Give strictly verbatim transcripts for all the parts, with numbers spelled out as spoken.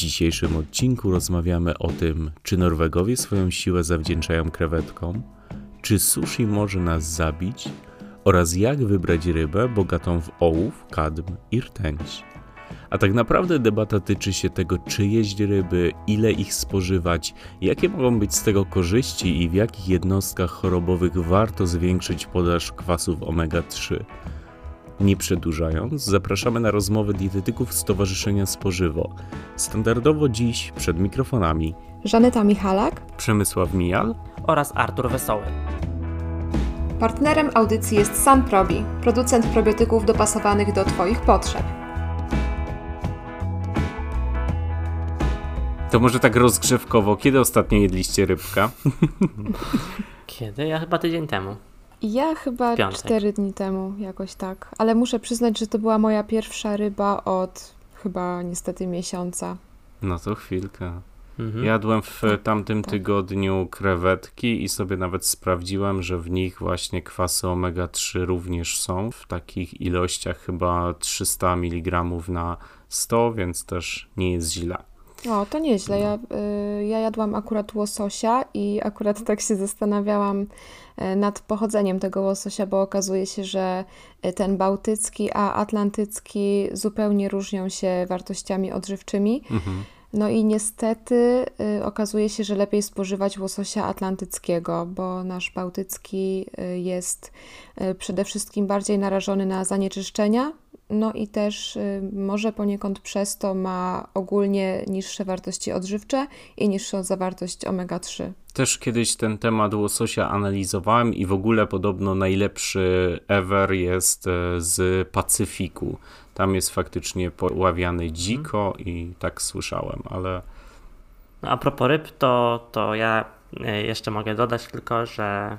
dzisiejszym odcinku rozmawiamy o tym, czy Norwegowie swoją siłę zawdzięczają krewetkom, czy sushi może nas zabić oraz jak wybrać rybę bogatą w ołów, kadm i rtęć. A tak naprawdę debata tyczy się tego, czy jeść ryby, ile ich spożywać, jakie mogą być z tego korzyści i w jakich jednostkach chorobowych warto zwiększyć podaż kwasów omega trzy. Nie przedłużając, zapraszamy na rozmowę dietetyków Stowarzyszenia Spożywo. Standardowo dziś przed mikrofonami Żaneta Michalak, Przemysław Mijal oraz Artur Wesoły. Partnerem audycji jest Sunprobi, producent probiotyków dopasowanych do Twoich potrzeb. To może tak rozgrzewkowo, kiedy ostatnio jedliście rybka? Kiedy? Ja chyba tydzień temu. Ja chyba Piątek. cztery dni temu, jakoś tak. Ale muszę przyznać, że to była moja pierwsza ryba od chyba niestety miesiąca. No to chwilkę. Mhm. Jadłem w Tak, tamtym tak. tygodniu krewetki i sobie nawet sprawdziłem, że w nich właśnie kwasy omega trzy również są. W takich ilościach chyba trzysta miligramów na sto, więc też nie jest źle. O, to nieźle. Ja, y, ja jadłam akurat łososia i akurat tak się zastanawiałam y, nad pochodzeniem tego łososia, bo okazuje się, że y, ten bałtycki a atlantycki zupełnie różnią się wartościami odżywczymi. Mhm. No i niestety y, okazuje się, że lepiej spożywać łososia atlantyckiego, bo nasz bałtycki y, jest y, przede wszystkim bardziej narażony na zanieczyszczenia, no i też y, może poniekąd przez to ma ogólnie niższe wartości odżywcze i niższą zawartość omega trzy. Też kiedyś ten temat łososia analizowałem i w ogóle podobno najlepszy ever jest e, z Pacyfiku. Tam jest faktycznie poławiany dziko i tak słyszałem, ale... No, a propos ryb, to, to ja y, jeszcze mogę dodać tylko, że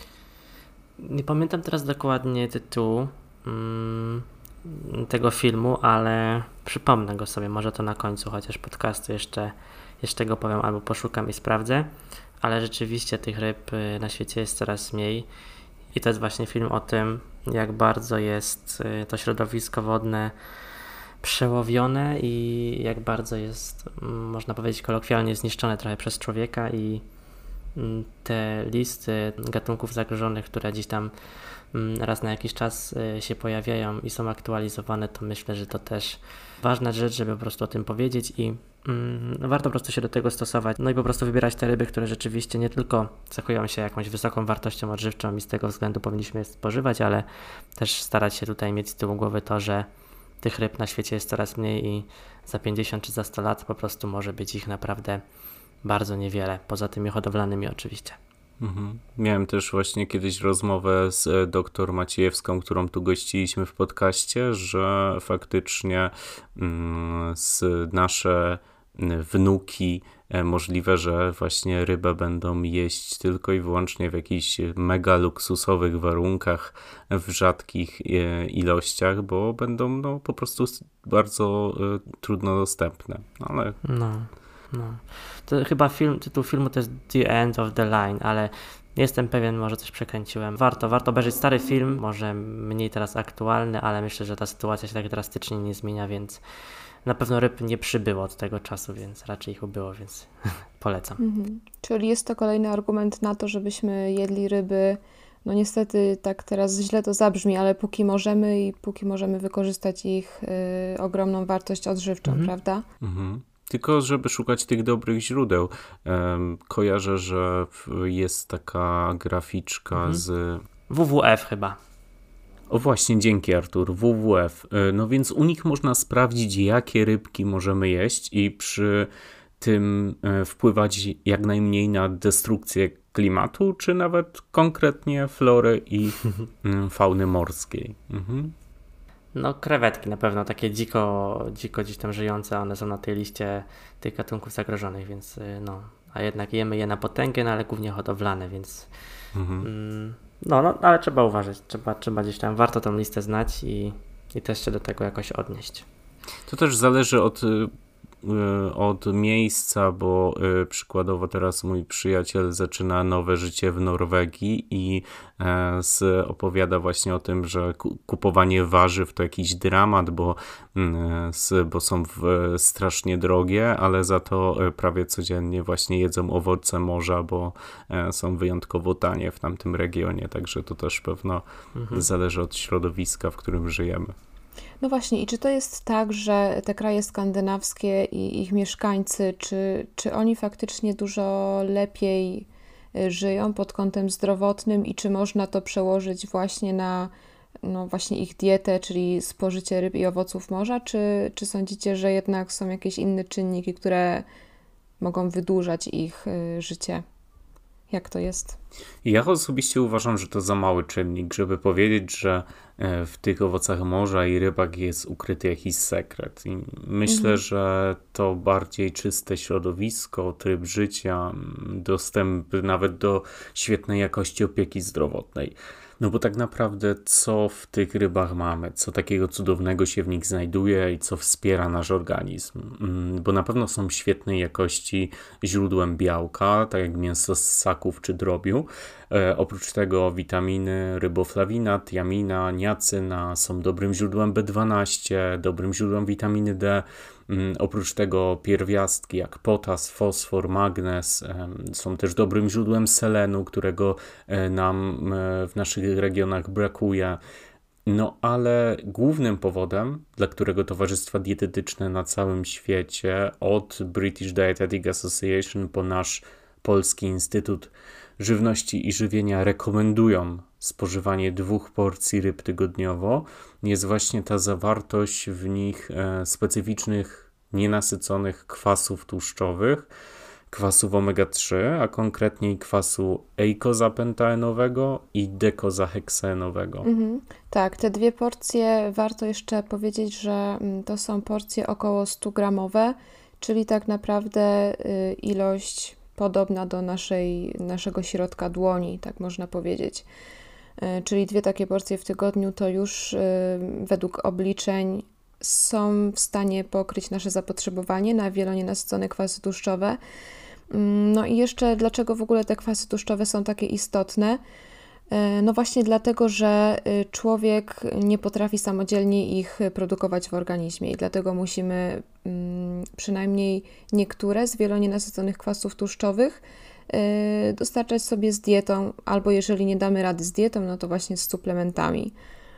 nie pamiętam teraz dokładnie tytułu mm, tego filmu, ale przypomnę go sobie, może to na końcu, chociaż podcastu jeszcze, jeszcze go powiem albo poszukam i sprawdzę, ale rzeczywiście tych ryb y, na świecie jest coraz mniej i to jest właśnie film o tym, jak bardzo jest y, to środowisko wodne przełowione i jak bardzo jest, mm, można powiedzieć kolokwialnie, zniszczone trochę przez człowieka i mm, te listy gatunków zagrożonych, które gdzieś tam mm, raz na jakiś czas y, się pojawiają i są aktualizowane, to myślę, że to też ważna rzecz, żeby po prostu o tym powiedzieć i mm, warto po prostu się do tego stosować, no i po prostu wybierać te ryby, które rzeczywiście nie tylko cechują się jakąś wysoką wartością odżywczą i z tego względu powinniśmy je spożywać, ale też starać się tutaj mieć z tyłu głowy to, że tych ryb na świecie jest coraz mniej i za pięćdziesiąt czy za sto lat po prostu może być ich naprawdę bardzo niewiele, poza tymi hodowlanymi oczywiście. Mhm. Miałem też właśnie kiedyś rozmowę z e, doktor Maciejewską, którą tu gościliśmy w podcaście, że faktycznie mm, z nasze mm, wnuki e, możliwe, że właśnie rybę będą jeść tylko i wyłącznie w jakichś mega luksusowych warunkach, w rzadkich e, ilościach, bo będą no, po prostu s- bardzo e, trudno dostępne. Ale No, no. To chyba film, tytuł filmu to jest The End of the Line, ale nie jestem pewien, może coś przekręciłem. Warto, warto obejrzeć stary film, może mniej teraz aktualny, ale myślę, że ta sytuacja się tak drastycznie nie zmienia, więc na pewno ryb nie przybyło od tego czasu, więc raczej ich ubyło, więc polecam. Mhm. Czyli jest to kolejny argument na to, żebyśmy jedli ryby. No niestety tak teraz źle to zabrzmi, ale póki możemy i póki możemy wykorzystać ich y, ogromną wartość odżywczą, Mhm. prawda? Mhm. Tylko żeby szukać tych dobrych źródeł. Em, kojarzę, że w- jest taka graficzka Mhm. z... W W F chyba. O właśnie, dzięki Artur, W W F. E, No więc u nich można sprawdzić, jakie rybki możemy jeść i przy tym e, wpływać jak najmniej na destrukcję klimatu, czy nawet konkretnie flory i mm, fauny morskiej. Mhm. No krewetki na pewno, takie dziko, dziko gdzieś tam żyjące, one są na tej liście tych gatunków zagrożonych, więc y, no, a jednak jemy je na potęgę, no ale głównie hodowlane, więc Mhm. mm, no, no, ale trzeba uważać, trzeba, trzeba gdzieś tam, warto tą listę znać i, i też się do tego jakoś odnieść. To też zależy od y, od miejsca, bo przykładowo teraz mój przyjaciel zaczyna nowe życie w Norwegii i z, opowiada właśnie o tym, że kupowanie warzyw to jakiś dramat, bo, z, bo są w, strasznie drogie, ale za to prawie codziennie właśnie jedzą owoce morza, bo są wyjątkowo tanie w tamtym regionie, także to też pewno mhm. zależy od środowiska, w którym żyjemy. No właśnie, i czy to jest tak, że te kraje skandynawskie i ich mieszkańcy, czy, czy oni faktycznie dużo lepiej żyją pod kątem zdrowotnym i czy można to przełożyć właśnie na no właśnie ich dietę, czyli spożycie ryb i owoców morza, czy, czy sądzicie, że jednak są jakieś inne czynniki, które mogą wydłużać ich życie? Jak to jest? Ja osobiście uważam, że to za mały czynnik, żeby powiedzieć, że w tych owocach morza i rybach jest ukryty jakiś sekret. I myślę, mhm. że to bardziej czyste środowisko, tryb życia, dostęp nawet do świetnej jakości opieki zdrowotnej. No bo tak naprawdę co w tych rybach mamy, co takiego cudownego się w nich znajduje i co wspiera nasz organizm. Bo na pewno są świetnej jakości źródłem białka, tak jak mięso z ssaków czy drobiu. E, oprócz tego witaminy ryboflawina, tiamina, niacyna są dobrym źródłem B dwanaście, dobrym źródłem witaminy D. Oprócz tego pierwiastki jak potas, fosfor, magnez są też dobrym źródłem selenu, którego nam w naszych regionach brakuje. No ale głównym powodem, dla którego towarzystwa dietetyczne na całym świecie, od British Dietetic Association po nasz Polski Instytut Żywności i Żywienia rekomendują spożywanie dwóch porcji ryb tygodniowo, jest właśnie ta zawartość w nich specyficznych, nienasyconych kwasów tłuszczowych, kwasów omega trzy, a konkretniej kwasu eikozapentaenowego i dekozaheksaenowego. Mhm. Tak, te dwie porcje, warto jeszcze powiedzieć, że to są porcje około sto gramowe, czyli tak naprawdę ilość podobna do naszej, naszego środka dłoni, tak można powiedzieć. Czyli dwie takie porcje w tygodniu to już według obliczeń są w stanie pokryć nasze zapotrzebowanie na wielonienasycone kwasy tłuszczowe. No i jeszcze dlaczego w ogóle te kwasy tłuszczowe są takie istotne? No właśnie dlatego, że człowiek nie potrafi samodzielnie ich produkować w organizmie i dlatego musimy przynajmniej niektóre z wielonienasyconych kwasów tłuszczowych dostarczać sobie z dietą, albo jeżeli nie damy rady z dietą, no to właśnie z suplementami.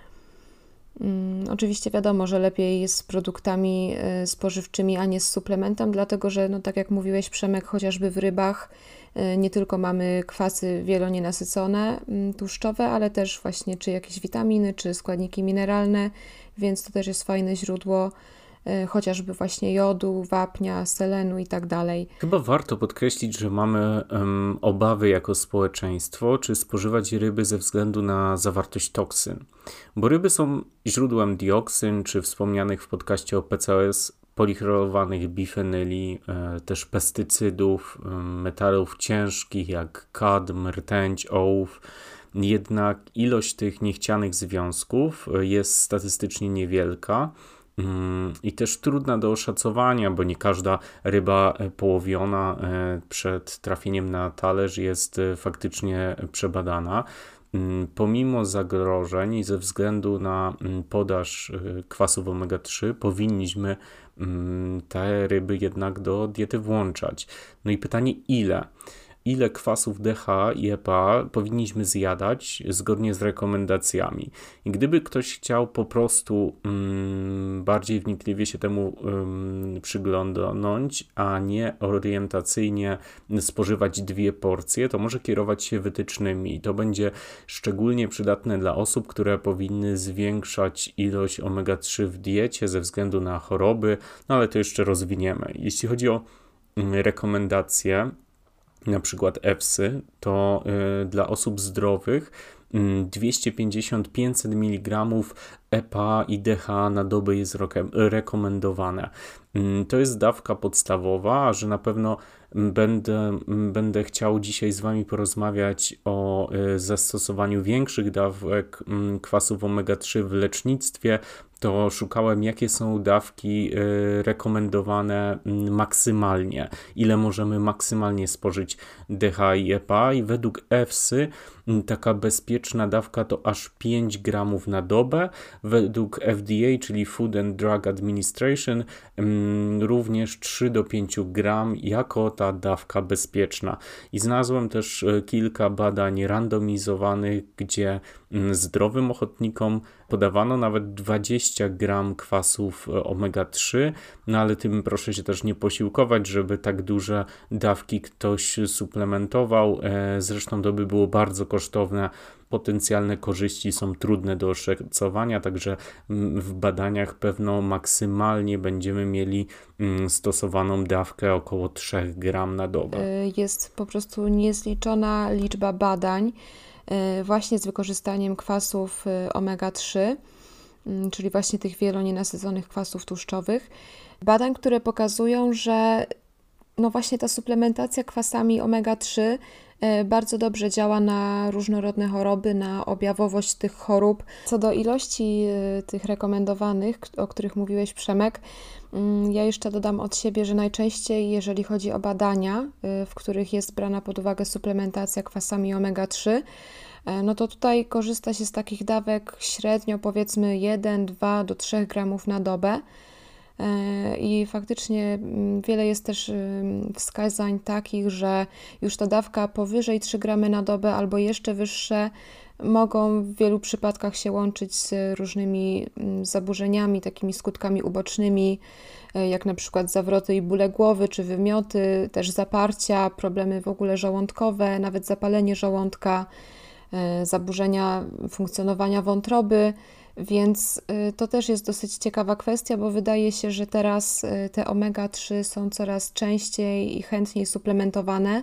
Oczywiście wiadomo, że lepiej jest z produktami spożywczymi, a nie z suplementem, dlatego że, no tak jak mówiłeś, Przemek, chociażby w rybach nie tylko mamy kwasy wielonienasycone tłuszczowe, ale też właśnie czy jakieś witaminy, czy składniki mineralne, więc to też jest fajne źródło chociażby właśnie jodu, wapnia, selenu i tak dalej. Chyba warto podkreślić, że mamy um, obawy jako społeczeństwo, czy spożywać ryby ze względu na zawartość toksyn. Bo ryby są źródłem dioksyn, czy wspomnianych w podcaście o P C O S polichlorowanych bifenyli, e, też pestycydów, e, metalów ciężkich jak kadm, rtęć, ołów. Jednak ilość tych niechcianych związków jest statystycznie niewielka. I też trudna do oszacowania, bo nie każda ryba połowiona przed trafieniem na talerz jest faktycznie przebadana. Pomimo zagrożeń i ze względu na podaż kwasów omega trzy powinniśmy te ryby jednak do diety włączać. No i pytanie ile? Ile kwasów D H i E P A powinniśmy zjadać zgodnie z rekomendacjami. I gdyby ktoś chciał po prostu um, bardziej wnikliwie się temu um, przyglądnąć, a nie orientacyjnie spożywać dwie porcje, to może kierować się wytycznymi. I to będzie szczególnie przydatne dla osób, które powinny zwiększać ilość omega trzy w diecie ze względu na choroby, no ale to jeszcze rozwiniemy. Jeśli chodzi o um, rekomendacje, na przykład E F S Y, to y, dla osób zdrowych y, dwieście pięćdziesiąt do pięciuset miligramów E P A i D H na dobę jest rekomendowane. Y, to jest dawka podstawowa, że na pewno Będę, będę chciał dzisiaj z Wami porozmawiać o zastosowaniu większych dawek kwasów omega trzy w lecznictwie. To szukałem, jakie są dawki rekomendowane maksymalnie, ile możemy maksymalnie spożyć D H A i E P A i według E F S Y taka bezpieczna dawka to aż pięć gramów na dobę, według F D A, czyli Food and Drug Administration, również trzy do pięciu gram jako ta dawka bezpieczna. I znalazłem też kilka badań randomizowanych, gdzie zdrowym ochotnikom podawano nawet dwadzieścia gram kwasów omega trzy, no ale tym proszę się też nie posiłkować, żeby tak duże dawki ktoś suplementował. Zresztą to by było bardzo kosztowne. Potencjalne korzyści są trudne do oszacowania, także w badaniach pewno maksymalnie będziemy mieli stosowaną dawkę około trzy gramy na dobę. Jest po prostu niezliczona liczba badań właśnie z wykorzystaniem kwasów omega trzy, czyli właśnie tych wielonienasyconych kwasów tłuszczowych. Badań, które pokazują, że no właśnie ta suplementacja kwasami omega trzy bardzo dobrze działa na różnorodne choroby, na objawowość tych chorób. Co do ilości tych rekomendowanych, o których mówiłeś, Przemek, ja jeszcze dodam od siebie, że najczęściej, jeżeli chodzi o badania, w których jest brana pod uwagę suplementacja kwasami omega trzy, no to tutaj korzysta się z takich dawek średnio powiedzmy jeden do dwóch do trzech gramów na dobę. I faktycznie wiele jest też wskazań takich, że już ta dawka powyżej trzy gramy na dobę albo jeszcze wyższe mogą w wielu przypadkach się łączyć z różnymi zaburzeniami, takimi skutkami ubocznymi, jak na przykład zawroty i bóle głowy, czy wymioty, też zaparcia, problemy w ogóle żołądkowe, nawet zapalenie żołądka, zaburzenia funkcjonowania wątroby. Więc to też jest dosyć ciekawa kwestia, bo wydaje się, że teraz te omega trzy są coraz częściej i chętniej suplementowane.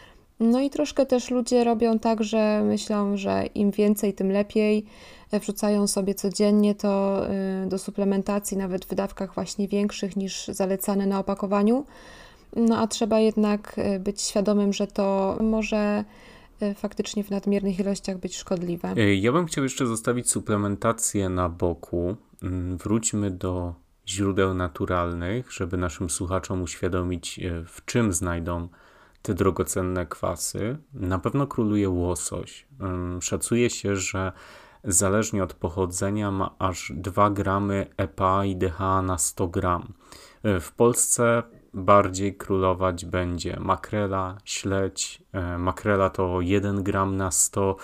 No i troszkę też ludzie robią tak, że myślą, że im więcej, tym lepiej. Wrzucają sobie codziennie to do suplementacji, nawet w dawkach właśnie większych niż zalecane na opakowaniu. No a trzeba jednak być świadomym, że to może faktycznie w nadmiernych ilościach być szkodliwe. Ja bym chciał jeszcze zostawić suplementację na boku. Wróćmy do źródeł naturalnych, żeby naszym słuchaczom uświadomić, w czym znajdą te drogocenne kwasy. Na pewno króluje łosoś. Szacuje się, że zależnie od pochodzenia ma aż dwa gramy E P A i D H A na sto gram. W Polsce bardziej królować będzie makrela, śledź. Makrela to jeden gram na sto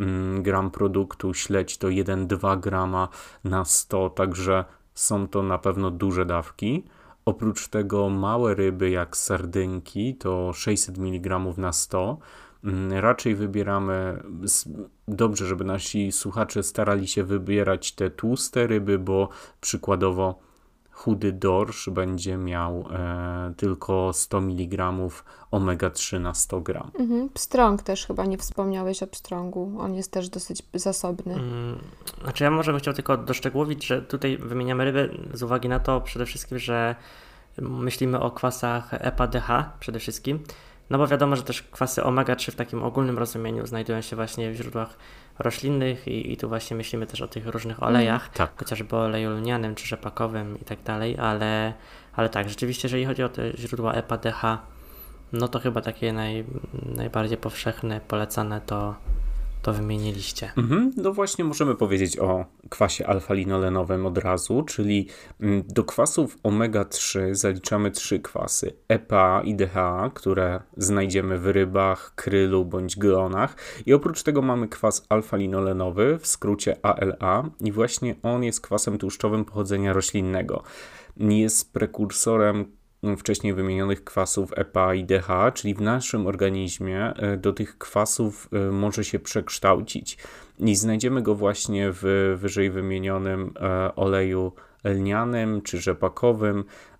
gram produktu, śledź to jeden do dwóch grama na sto, także są to na pewno duże dawki. Oprócz tego małe ryby jak sardynki to sześćset miligramów na sto. Raczej wybieramy, dobrze, żeby nasi słuchacze starali się wybierać te tłuste ryby, bo przykładowo chudy dorsz będzie miał e, tylko sto miligramów omega trzy na sto gram. Mhm. Pstrąg też chyba nie wspomniałeś o pstrągu. On jest też dosyć zasobny. Hmm, znaczy ja może bym chciał tylko doszczegółowić, że tutaj wymieniamy ryby z uwagi na to przede wszystkim, że myślimy o kwasach E P A D H przede wszystkim. No bo wiadomo, że też kwasy omega trzy w takim ogólnym rozumieniu znajdują się właśnie w źródłach roślinnych i, i tu właśnie myślimy też o tych różnych olejach, mm, tak. chociażby o oleju lnianym czy rzepakowym i tak dalej, ale, ale tak, rzeczywiście jeżeli chodzi o te źródła E P A D H, no to chyba takie naj, najbardziej powszechne, polecane to, to wymieniliście. Mhm, no właśnie możemy powiedzieć o kwasie alfa-linolenowym od razu, czyli do kwasów omega trzy zaliczamy trzy kwasy E P A i D H A, które znajdziemy w rybach, krylu bądź glonach i oprócz tego mamy kwas alfa-linolenowy, w skrócie A L A i właśnie on jest kwasem tłuszczowym pochodzenia roślinnego. Jest prekursorem wcześniej wymienionych kwasów E P A i D H A, czyli w naszym organizmie do tych kwasów może się przekształcić i znajdziemy go właśnie w wyżej wymienionym oleju lnianym czy rzepakowym,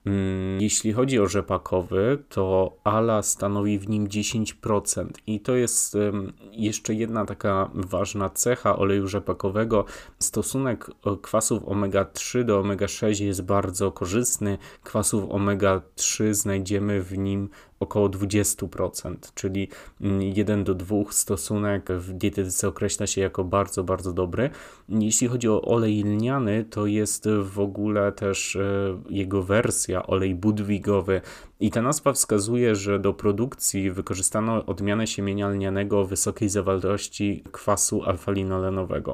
Jeśli chodzi o rzepakowy, to ala stanowi w nim dziesięć procent i to jest jeszcze jedna taka ważna cecha oleju rzepakowego. Stosunek kwasów omega trzy do omega sześć jest bardzo korzystny. Kwasów omega trzy znajdziemy w nim około dwadzieścia procent, czyli jeden do dwóch stosunek w dietetyce określa się jako bardzo, bardzo dobry. Jeśli chodzi o olej lniany, to jest w ogóle też jego wersja, olej budwigowy. I ta nazwa wskazuje, że do produkcji wykorzystano odmianę siemienia lnianego o wysokiej zawartości kwasu alfa-linolenowego.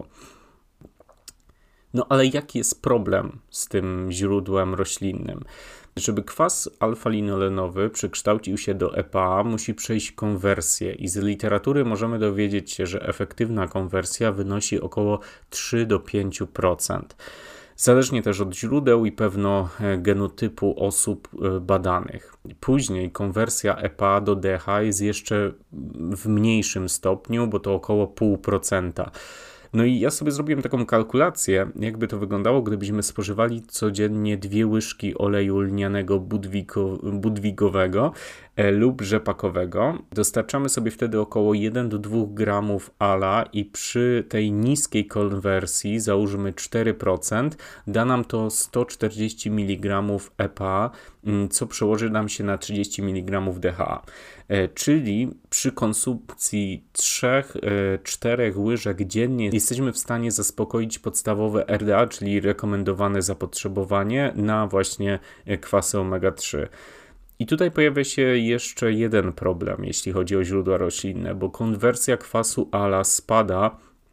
No ale jaki jest problem z tym źródłem roślinnym? Żeby kwas alfa-linolenowy przekształcił się do E P A, musi przejść konwersję i z literatury możemy dowiedzieć się, że efektywna konwersja wynosi około trzy do pięciu procent. Zależnie też od źródeł i pewno genotypu osób badanych. Później konwersja E P A do D H A jest jeszcze w mniejszym stopniu, bo to około zero przecinek pięć procent. No i ja sobie zrobiłem taką kalkulację, jakby to wyglądało, gdybyśmy spożywali codziennie dwie łyżki oleju lnianego budwigo, budwigowego e, lub rzepakowego. Dostarczamy sobie wtedy około jeden do dwóch gramów ala i przy tej niskiej konwersji, załóżmy cztery procent, da nam to sto czterdzieści miligramów E P A, co przełoży nam się na trzydzieści miligramów D H A. E, czyli przy konsumpcji trzy do czterech łyżek dziennie jesteśmy w stanie zaspokoić podstawowe R D A, czyli rekomendowane zapotrzebowanie na właśnie kwasy omega trzy. I tutaj pojawia się jeszcze jeden problem, jeśli chodzi o źródła roślinne, bo konwersja kwasu ala spada,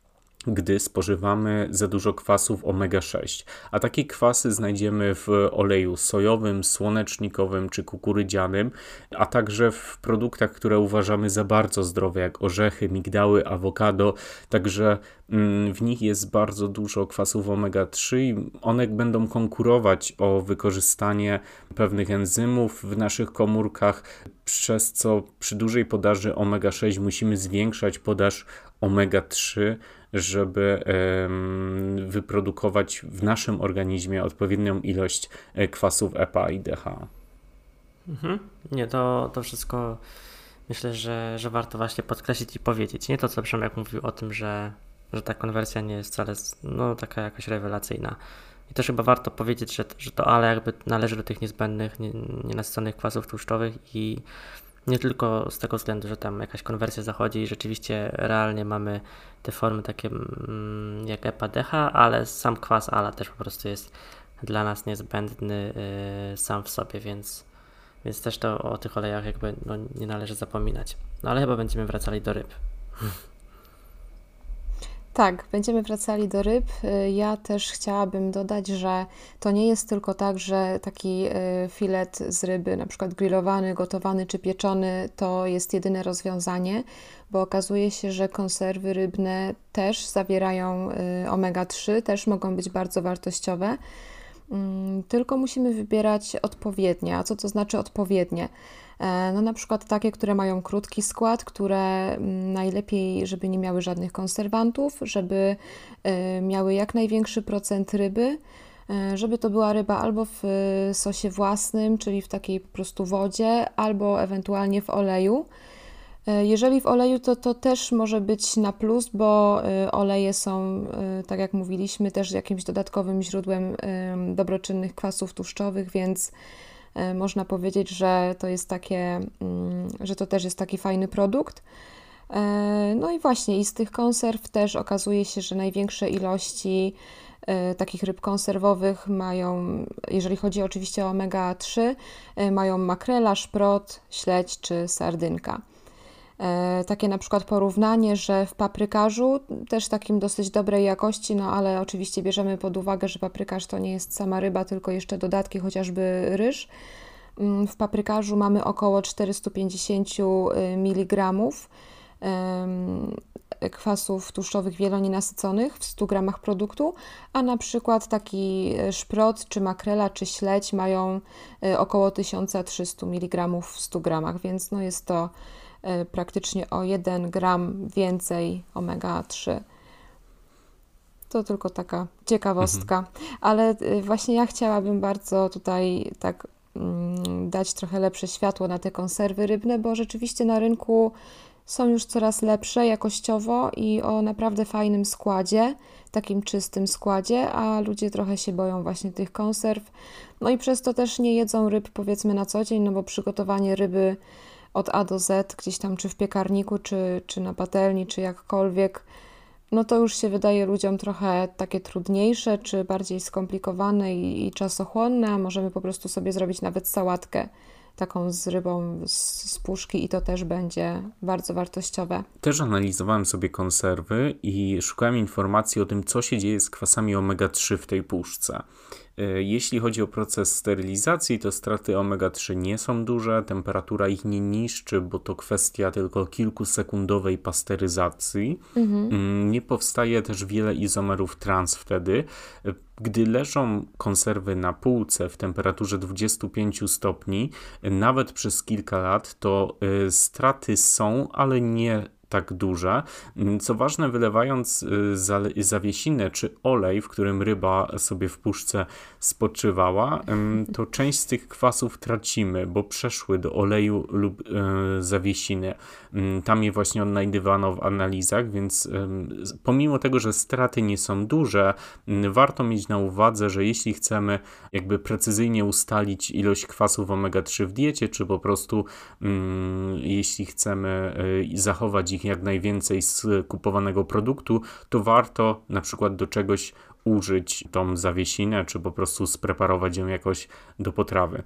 gdy spożywamy za dużo kwasów omega sześć, a takie kwasy znajdziemy w oleju sojowym, słonecznikowym czy kukurydzianym, a także w produktach, które uważamy za bardzo zdrowe, jak orzechy, migdały, awokado, także w nich jest bardzo dużo kwasów omega trzy i one będą konkurować o wykorzystanie pewnych enzymów w naszych komórkach, przez co przy dużej podaży omega sześć musimy zwiększać podaż omega trzy, żeby um, wyprodukować w naszym organizmie odpowiednią ilość kwasów E P A i D H A. Mhm. Nie, to, to wszystko myślę, że, że warto właśnie podkreślić i powiedzieć. Nie to, co Przemek mówił o tym, że, że ta konwersja nie jest wcale no, taka jakoś rewelacyjna. I też chyba warto powiedzieć, że, że to ale jakby należy do tych niezbędnych, nie, nienasyconych kwasów tłuszczowych i nie tylko z tego względu, że tam jakaś konwersja zachodzi i rzeczywiście realnie mamy te formy takie mm, jak E P A, D H A, ale sam kwas ala też po prostu jest dla nas niezbędny yy, sam w sobie, więc, więc też to o tych olejach jakby no, nie należy zapominać. No ale chyba będziemy wracali do ryb. Tak, będziemy wracali do ryb. Ja też chciałabym dodać, że to nie jest tylko tak, że taki filet z ryby, na przykład grillowany, gotowany czy pieczony, to jest jedyne rozwiązanie, bo okazuje się, że konserwy rybne też zawierają omega trzy, też mogą być bardzo wartościowe, tylko musimy wybierać odpowiednie. A co to znaczy odpowiednie? No na przykład takie, które mają krótki skład, które najlepiej, żeby nie miały żadnych konserwantów, żeby miały jak największy procent ryby, żeby to była ryba albo w sosie własnym, czyli w takiej po prostu wodzie, albo ewentualnie w oleju. Jeżeli w oleju, to to też może być na plus, bo oleje są, tak jak mówiliśmy, też jakimś dodatkowym źródłem dobroczynnych kwasów tłuszczowych, więc można powiedzieć, że to jest takie, że to też jest taki fajny produkt. No i właśnie i z tych konserw też okazuje się, że największe ilości takich ryb konserwowych mają, jeżeli chodzi oczywiście o omega trzy, mają makrela, szprot, śledź czy sardynka. Takie na przykład porównanie, że w paprykarzu, też takim dosyć dobrej jakości, no ale oczywiście bierzemy pod uwagę, że paprykarz to nie jest sama ryba, tylko jeszcze dodatki, chociażby ryż. W paprykarzu mamy około czterysta pięćdziesiąt miligramów kwasów tłuszczowych wielonienasyconych w stu gramach produktu, a na przykład taki szprot, czy makrela, czy śledź mają około tysiąc trzysta miligramów w stu gramach, więc no jest to praktycznie o jeden gram więcej omega trzy. To tylko taka ciekawostka. Mhm. Ale właśnie ja chciałabym bardzo tutaj tak dać trochę lepsze światło na te konserwy rybne, bo rzeczywiście na rynku są już coraz lepsze jakościowo i o naprawdę fajnym składzie, takim czystym składzie, a ludzie trochę się boją właśnie tych konserw. No i przez to też nie jedzą ryb powiedzmy na co dzień, no bo przygotowanie ryby od A do Z, gdzieś tam czy w piekarniku, czy, czy na patelni, czy jakkolwiek, no to już się wydaje ludziom trochę takie trudniejsze, czy bardziej skomplikowane i, i czasochłonne, a możemy po prostu sobie zrobić nawet sałatkę taką z rybą z, z puszki i to też będzie bardzo wartościowe. Też analizowałem sobie konserwy i szukałem informacji o tym, co się dzieje z kwasami omega trzy w tej puszce. Jeśli chodzi o proces sterylizacji, to straty omega trzy nie są duże, temperatura ich nie niszczy, bo to kwestia tylko kilkusekundowej pasteryzacji. Mhm. Nie powstaje też wiele izomerów trans wtedy. Gdy leżą konserwy na półce w temperaturze dwudziestu pięciu stopni, nawet przez kilka lat, to straty są, ale nie tak duże. Co ważne, wylewając zawiesinę czy olej, w którym ryba sobie w puszce spoczywała, to część z tych kwasów tracimy, bo przeszły do oleju lub zawiesiny. Tam je właśnie odnajdywano w analizach, więc pomimo tego, że straty nie są duże, warto mieć na uwadze, że jeśli chcemy jakby precyzyjnie ustalić ilość kwasów omega trzy w diecie, czy po prostu jeśli chcemy zachować ich jak najwięcej z kupowanego produktu, to warto na przykład do czegoś użyć tą zawiesinę, czy po prostu spreparować ją jakoś do potrawy.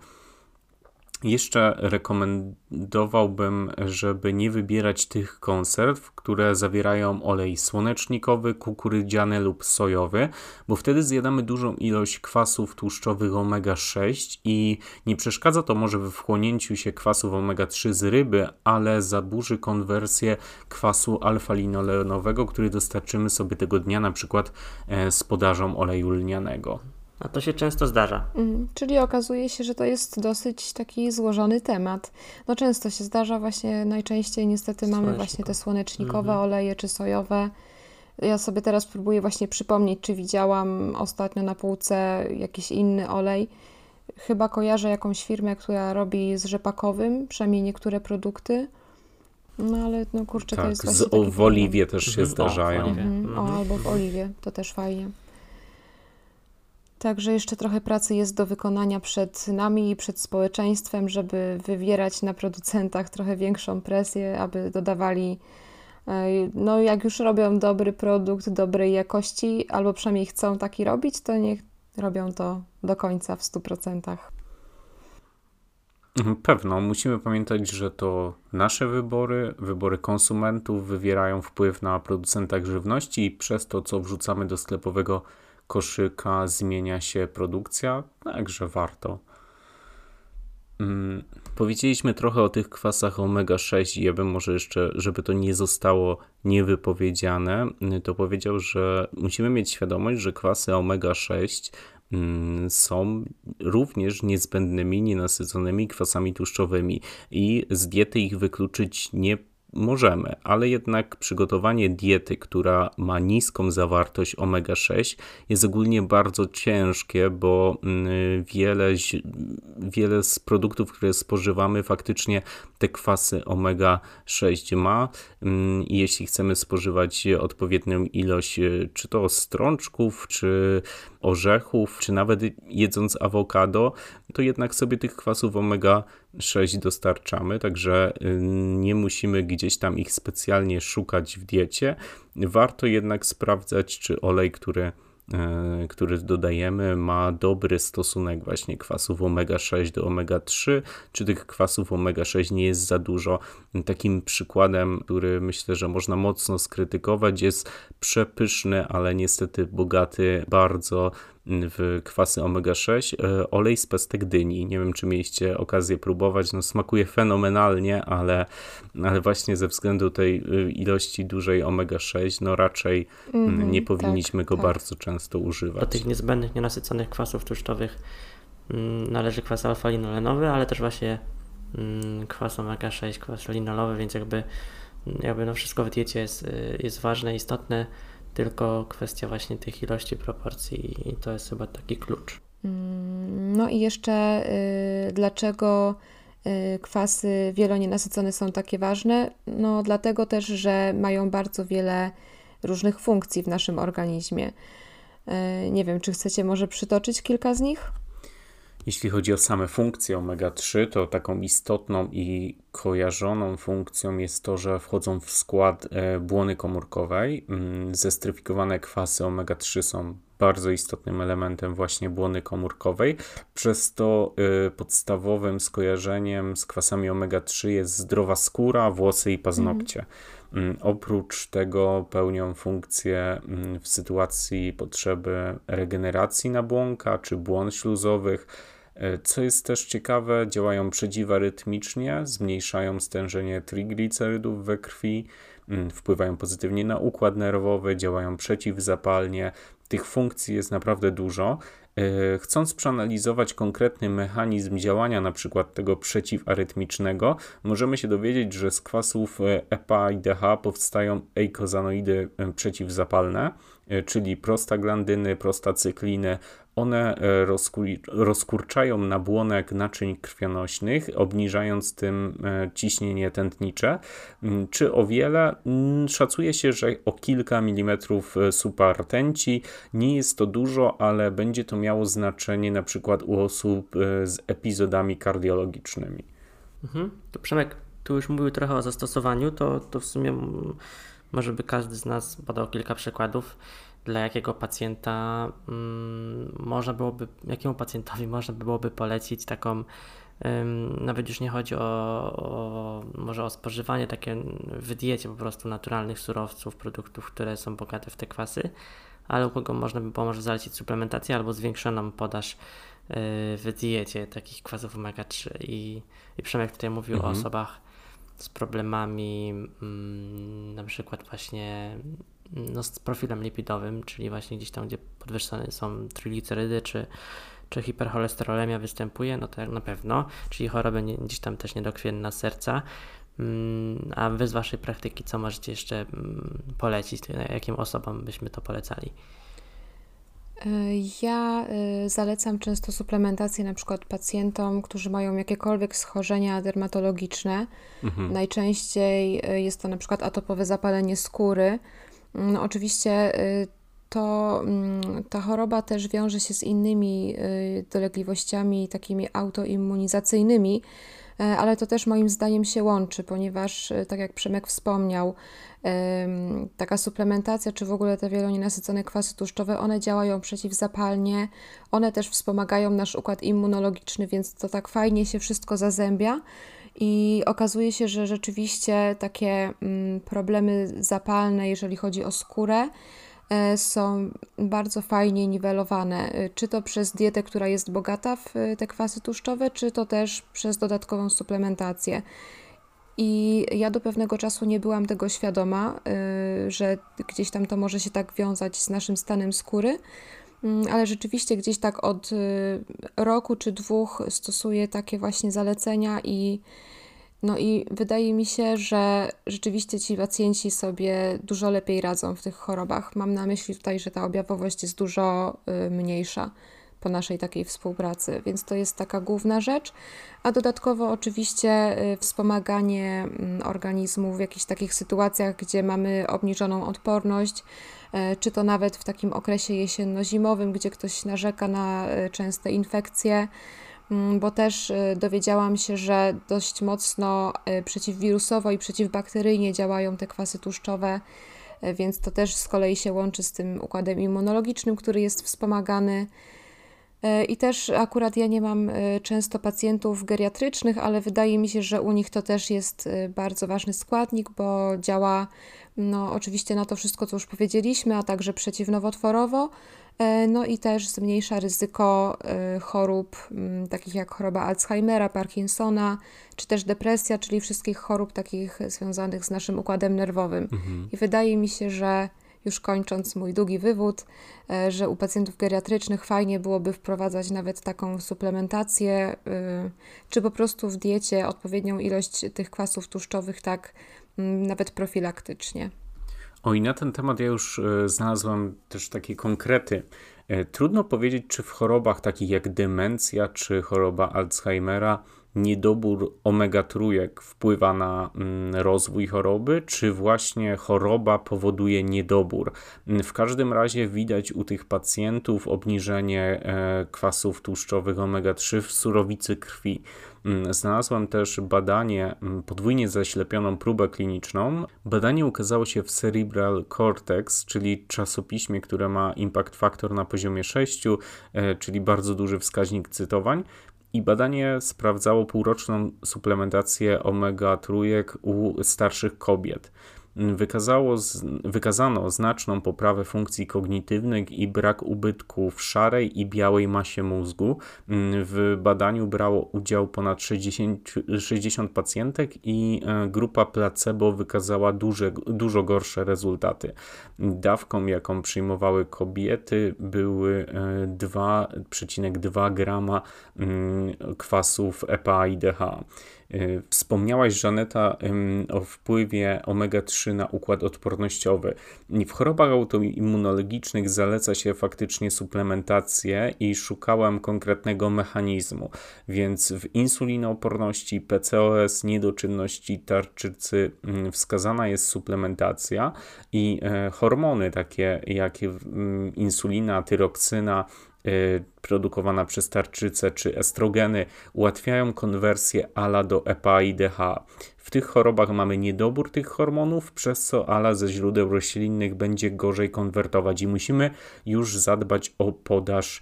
Jeszcze rekomendowałbym, żeby nie wybierać tych konserw, które zawierają olej słonecznikowy, kukurydziany lub sojowy, bo wtedy zjadamy dużą ilość kwasów tłuszczowych omega sześć i nie przeszkadza to może we wchłonięciu się kwasów omega trzy z ryby, ale zaburzy konwersję kwasu alfa-linolenowego, który dostarczymy sobie tego dnia na przykład z podażą oleju lnianego. A to się często zdarza. Mm, czyli okazuje się, że to jest dosyć taki złożony temat. No często się zdarza, właśnie najczęściej niestety mamy właśnie te słonecznikowe mhm. oleje czy sojowe. Ja sobie teraz próbuję właśnie przypomnieć, czy widziałam ostatnio na półce jakiś inny olej. Chyba kojarzę jakąś firmę, która robi z rzepakowym, przynajmniej niektóre produkty. No ale no kurczę, tak, to jest właśnie z, o, w oliwie też się mhm. zdarzają. O, mhm. o, albo w oliwie, to też fajnie. Także jeszcze trochę pracy jest do wykonania przed nami i przed społeczeństwem, żeby wywierać na producentach trochę większą presję, aby dodawali, no jak już robią dobry produkt, dobrej jakości, albo przynajmniej chcą taki robić, to niech robią to do końca w stu procentach. Pewno, musimy pamiętać, że to nasze wybory, wybory konsumentów wywierają wpływ na producentach żywności i przez to, co wrzucamy do sklepowego koszyka, zmienia się produkcja, także warto. Hmm, powiedzieliśmy trochę o tych kwasach omega sześć i ja bym może jeszcze, żeby to nie zostało niewypowiedziane, to powiedział, że musimy mieć świadomość, że kwasy omega sześć hmm, są również niezbędnymi, nienasyconymi kwasami tłuszczowymi i z diety ich wykluczyć nie możemy, ale jednak przygotowanie diety, która ma niską zawartość omega sześć jest ogólnie bardzo ciężkie, bo wiele, wiele z produktów, które spożywamy, faktycznie te kwasy omega sześć ma i jeśli chcemy spożywać odpowiednią ilość czy to strączków, czy orzechów, czy nawet jedząc awokado, to jednak sobie tych kwasów omega sześć dostarczamy, także nie musimy gdzieś tam ich specjalnie szukać w diecie. Warto jednak sprawdzać, czy olej, który, który dodajemy, ma dobry stosunek właśnie kwasów omega sześć do omega trzy, czy tych kwasów omega sześć nie jest za dużo. Takim przykładem, który myślę, że można mocno skrytykować, jest przepyszny, ale niestety bogaty bardzo w kwasy omega sześć olej z pestek dyni. Nie wiem, czy mieliście okazję próbować, no smakuje fenomenalnie, ale, ale właśnie ze względu tej ilości dużej omega sześć, no raczej mm, nie powinniśmy tak, go tak. bardzo często używać. Do tych niezbędnych, nienasyconych kwasów tłuszczowych należy kwas alfa-linolenowy, ale też właśnie kwas omega sześć, kwas linolowy, więc jakby, jakby no wszystko w diecie jest, jest ważne, istotne, tylko kwestia właśnie tych ilości, proporcji i to jest chyba taki klucz. No i jeszcze y, dlaczego y, kwasy wielonienasycone są takie ważne? No dlatego też, że mają bardzo wiele różnych funkcji w naszym organizmie. Y, nie wiem, czy chcecie może przytoczyć kilka z nich? Jeśli chodzi o same funkcje omega trzy, to taką istotną i kojarzoną funkcją jest to, że wchodzą w skład błony komórkowej. Zestryfikowane kwasy omega trzy są bardzo istotnym elementem właśnie błony komórkowej. Przez to podstawowym skojarzeniem z kwasami omega trzy jest zdrowa skóra, włosy i paznokcie. Mhm. Oprócz tego pełnią funkcję w sytuacji potrzeby regeneracji nabłonka czy błon śluzowych. Co jest też ciekawe, działają przeciwarytmicznie, zmniejszają stężenie triglicerydów we krwi, wpływają pozytywnie na układ nerwowy, działają przeciwzapalnie. Tych funkcji jest naprawdę dużo. Chcąc przeanalizować konkretny mechanizm działania na przykład tego przeciwarytmicznego, możemy się dowiedzieć, że z kwasów E P A i D H A powstają eikozanoidy przeciwzapalne, czyli prostaglandyny, prostacykliny. One rozkur- rozkurczają nabłonek naczyń krwionośnych, obniżając tym ciśnienie tętnicze. Czy o wiele? Szacuje się, że o kilka milimetrów suprartęci. Nie jest to dużo, ale będzie to miało znaczenie na przykład u osób z epizodami kardiologicznymi. Mhm. To Przemek, tu już mówił trochę o zastosowaniu, to, to w sumie może by każdy z nas podał kilka przykładów, dla jakiego pacjenta um, można byłoby, jakiemu pacjentowi można byłoby polecić taką, um, nawet już nie chodzi o, o może o spożywanie takie w diecie po prostu naturalnych surowców, produktów, które są bogate w te kwasy, ale u kogo można by było może zalecić suplementację albo zwiększoną podaż yy, w diecie takich kwasów omega trzy. I, i Przemek tutaj mówił mhm. o osobach z problemami mm, na przykład właśnie no, z profilem lipidowym, czyli właśnie gdzieś tam, gdzie podwyższone są triglicerydy, czy, czy hipercholesterolemia występuje, no to na pewno, czyli choroby nie, gdzieś tam też niedokrwienna serca. Mm, a wy z waszej praktyki co możecie jeszcze mm, polecić? Jakim osobom byśmy to polecali? Ja zalecam często suplementację na przykład pacjentom, którzy mają jakiekolwiek schorzenia dermatologiczne. Mhm. Najczęściej jest to na przykład atopowe zapalenie skóry. No oczywiście to, ta choroba też wiąże się z innymi dolegliwościami takimi autoimmunizacyjnymi, ale to też moim zdaniem się łączy, ponieważ tak jak Przemek wspomniał, taka suplementacja, czy w ogóle te wielonienasycone kwasy tłuszczowe, one działają przeciwzapalnie, one też wspomagają nasz układ immunologiczny, więc to tak fajnie się wszystko zazębia i okazuje się, że rzeczywiście takie problemy zapalne, jeżeli chodzi o skórę, są bardzo fajnie niwelowane, czy to przez dietę, która jest bogata w te kwasy tłuszczowe, czy to też przez dodatkową suplementację. I ja do pewnego czasu nie byłam tego świadoma, że gdzieś tam to może się tak wiązać z naszym stanem skóry, ale rzeczywiście gdzieś tak od roku czy dwóch stosuję takie właśnie zalecenia i no i wydaje mi się, że rzeczywiście ci pacjenci sobie dużo lepiej radzą w tych chorobach. Mam na myśli tutaj, że ta objawowość jest dużo mniejsza po naszej takiej współpracy, więc to jest taka główna rzecz, a dodatkowo oczywiście wspomaganie organizmu w jakichś takich sytuacjach, gdzie mamy obniżoną odporność, czy to nawet w takim okresie jesienno-zimowym, gdzie ktoś narzeka na częste infekcje, bo też dowiedziałam się, że dość mocno przeciwwirusowo i przeciwbakteryjnie działają te kwasy tłuszczowe, więc to też z kolei się łączy z tym układem immunologicznym, który jest wspomagany. I też akurat ja nie mam często pacjentów geriatrycznych, ale wydaje mi się, że u nich to też jest bardzo ważny składnik, bo działa no, oczywiście na to wszystko, co już powiedzieliśmy, a także przeciwnowotworowo, no i też zmniejsza ryzyko chorób takich jak choroba Alzheimera, Parkinsona, czy też depresja, czyli wszystkich chorób takich związanych z naszym układem nerwowym. Mhm. I wydaje mi się, że już kończąc mój długi wywód, że u pacjentów geriatrycznych fajnie byłoby wprowadzać nawet taką suplementację, czy po prostu w diecie odpowiednią ilość tych kwasów tłuszczowych, tak nawet profilaktycznie. O i na ten temat ja już znalazłam też takie konkrety Trudno powiedzieć, czy w chorobach takich jak demencja, czy choroba Alzheimera niedobór omega trzy wpływa na rozwój choroby, czy właśnie choroba powoduje niedobór. W każdym razie widać u tych pacjentów obniżenie kwasów tłuszczowych omega trzy w surowicy krwi. Znalazłem też badanie, podwójnie zaślepioną próbę kliniczną. Badanie ukazało się w Cerebral Cortex, czyli czasopiśmie, które ma impact factor na poziomie sześć, czyli bardzo duży wskaźnik cytowań. I badanie sprawdzało półroczną suplementację omega trzy u starszych kobiet. Wykazało, wykazano znaczną poprawę funkcji kognitywnych i brak ubytku w szarej i białej masie mózgu. W badaniu brało udział ponad sześćdziesiąt, sześćdziesiąt pacjentek i grupa placebo wykazała duże, dużo gorsze rezultaty. Dawką, jaką przyjmowały kobiety, były dwa przecinek dwa grama kwasów E P A i D H A. Wspomniałaś, Żaneta, o wpływie omega trzy na układ odpornościowy. W chorobach autoimmunologicznych zaleca się faktycznie suplementację i szukałem konkretnego mechanizmu, więc w insulinooporności, P C O S, niedoczynności tarczycy wskazana jest suplementacja i hormony takie jak insulina, tyroksyna, produkowana przez tarczycę czy estrogeny ułatwiają konwersję A L A do E P A i D H A. W tych chorobach mamy niedobór tych hormonów, przez co A L A ze źródeł roślinnych będzie gorzej konwertować i musimy już zadbać o podaż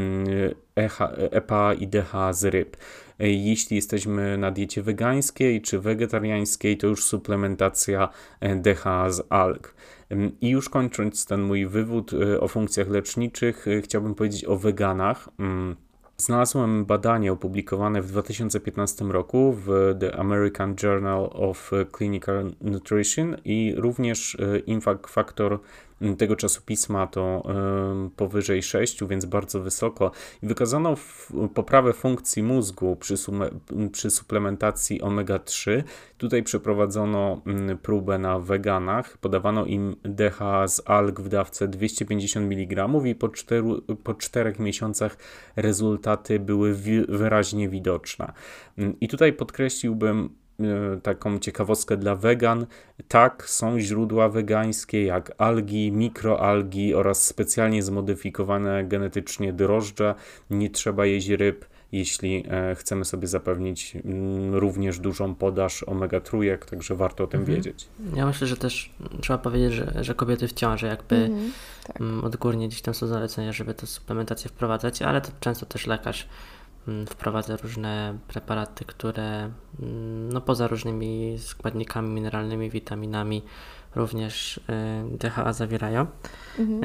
E P A i D H A z ryb. Jeśli jesteśmy na diecie wegańskiej czy wegetariańskiej, to już suplementacja D H A z alg. I już kończąc ten mój wywód o funkcjach leczniczych, chciałbym powiedzieć o weganach. Znalazłem badanie opublikowane w dwa tysiące piętnastym roku w The American Journal of Clinical Nutrition i również impact factor tego czasopisma to powyżej sześć, więc bardzo wysoko. I wykazano poprawę funkcji mózgu przy, przy suplementacji omega trzy. Tutaj przeprowadzono próbę na weganach. Podawano im D H A z alg w dawce dwieście pięćdziesiąt miligramów i po, czteru, po czterech miesiącach rezultaty były wyraźnie widoczne. I tutaj podkreśliłbym taką ciekawostkę dla wegan. Tak, są źródła wegańskie jak algi, mikroalgi oraz specjalnie zmodyfikowane genetycznie drożdże. Nie trzeba jeść ryb, jeśli chcemy sobie zapewnić również dużą podaż omega trzy, także warto o tym mhm. wiedzieć. Ja myślę, że też trzeba powiedzieć, że, że kobiety w ciąży jakby mhm, tak. odgórnie gdzieś tam są zalecenia, żeby tę suplementację wprowadzać, ale to często też lekarz wprowadza różne preparaty, które no poza różnymi składnikami mineralnymi, witaminami również D H A zawierają. Mhm.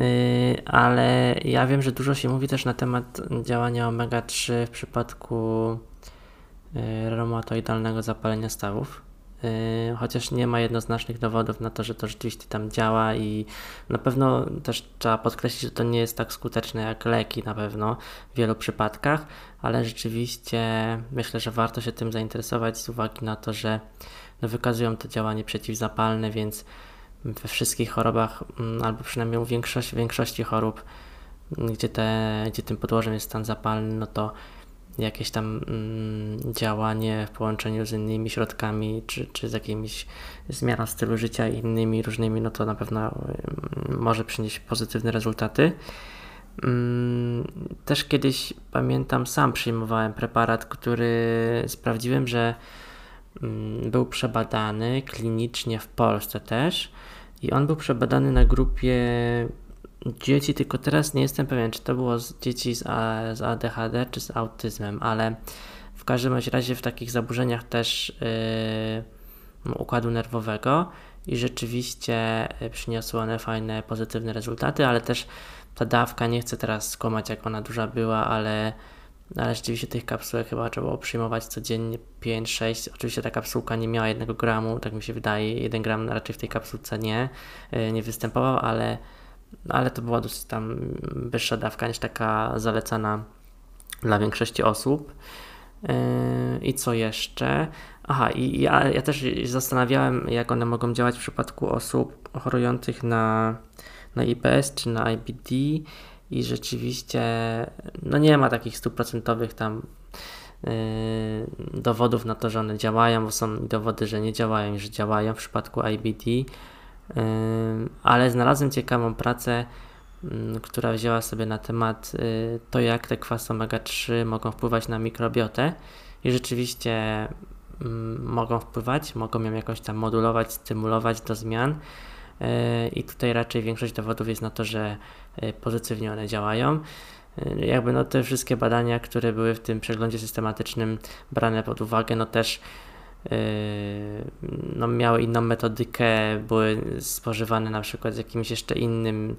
Ale ja wiem, że dużo się mówi też na temat działania omega trzy w przypadku reumatoidalnego zapalenia stawów. Chociaż nie ma jednoznacznych dowodów na to, że to rzeczywiście tam działa i na pewno też trzeba podkreślić, że to nie jest tak skuteczne jak leki na pewno w wielu przypadkach, ale rzeczywiście myślę, że warto się tym zainteresować z uwagi na to, że no wykazują to działanie przeciwzapalne, więc we wszystkich chorobach, albo przynajmniej u większości, większości chorób, gdzie, te, gdzie tym podłożem jest stan zapalny, no to jakieś tam mm, działanie w połączeniu z innymi środkami, czy, czy z jakimiś zmianą stylu życia i innymi różnymi, no to na pewno y, może przynieść pozytywne rezultaty. Mm, też kiedyś, pamiętam, sam przyjmowałem preparat, który sprawdziłem, że mm, był przebadany klinicznie w Polsce też i on był przebadany na grupie dzieci, tylko teraz nie jestem pewien, czy to było z dzieci z, A, z A D H D, czy z autyzmem, ale w każdym razie w takich zaburzeniach też yy, układu nerwowego i rzeczywiście przyniosły one fajne, pozytywne rezultaty, ale też ta dawka, nie chcę teraz skłamać, jak ona duża była, ale, ale rzeczywiście tych kapsułek chyba trzeba było przyjmować codziennie pięć sześć. Oczywiście ta kapsułka nie miała jednego gramu, tak mi się wydaje, jeden gram raczej w tej kapsułce nie, yy, nie występował, ale ale to była dosyć tam wyższa dawka niż taka zalecana dla większości osób. Yy, I co jeszcze? Aha, i ja, ja też zastanawiałem, jak one mogą działać w przypadku osób chorujących na, na I B S czy na I B D i rzeczywiście no nie ma takich stuprocentowych tam yy, dowodów na to, że one działają, bo są dowody, że nie działają i że działają w przypadku I B D, yy, ale znalazłem ciekawą pracę, yy, która wzięła sobie na temat yy, to, jak te kwasy omega trzy mogą wpływać na mikrobiotę i rzeczywiście yy, mogą wpływać, mogą ją jakoś tam modulować, stymulować do zmian. I tutaj raczej większość dowodów jest na to, że pozytywnie one działają. Jakby no te wszystkie badania, które były w tym przeglądzie systematycznym brane pod uwagę, no też yy, no miały inną metodykę, były spożywane na przykład z jakimś jeszcze innym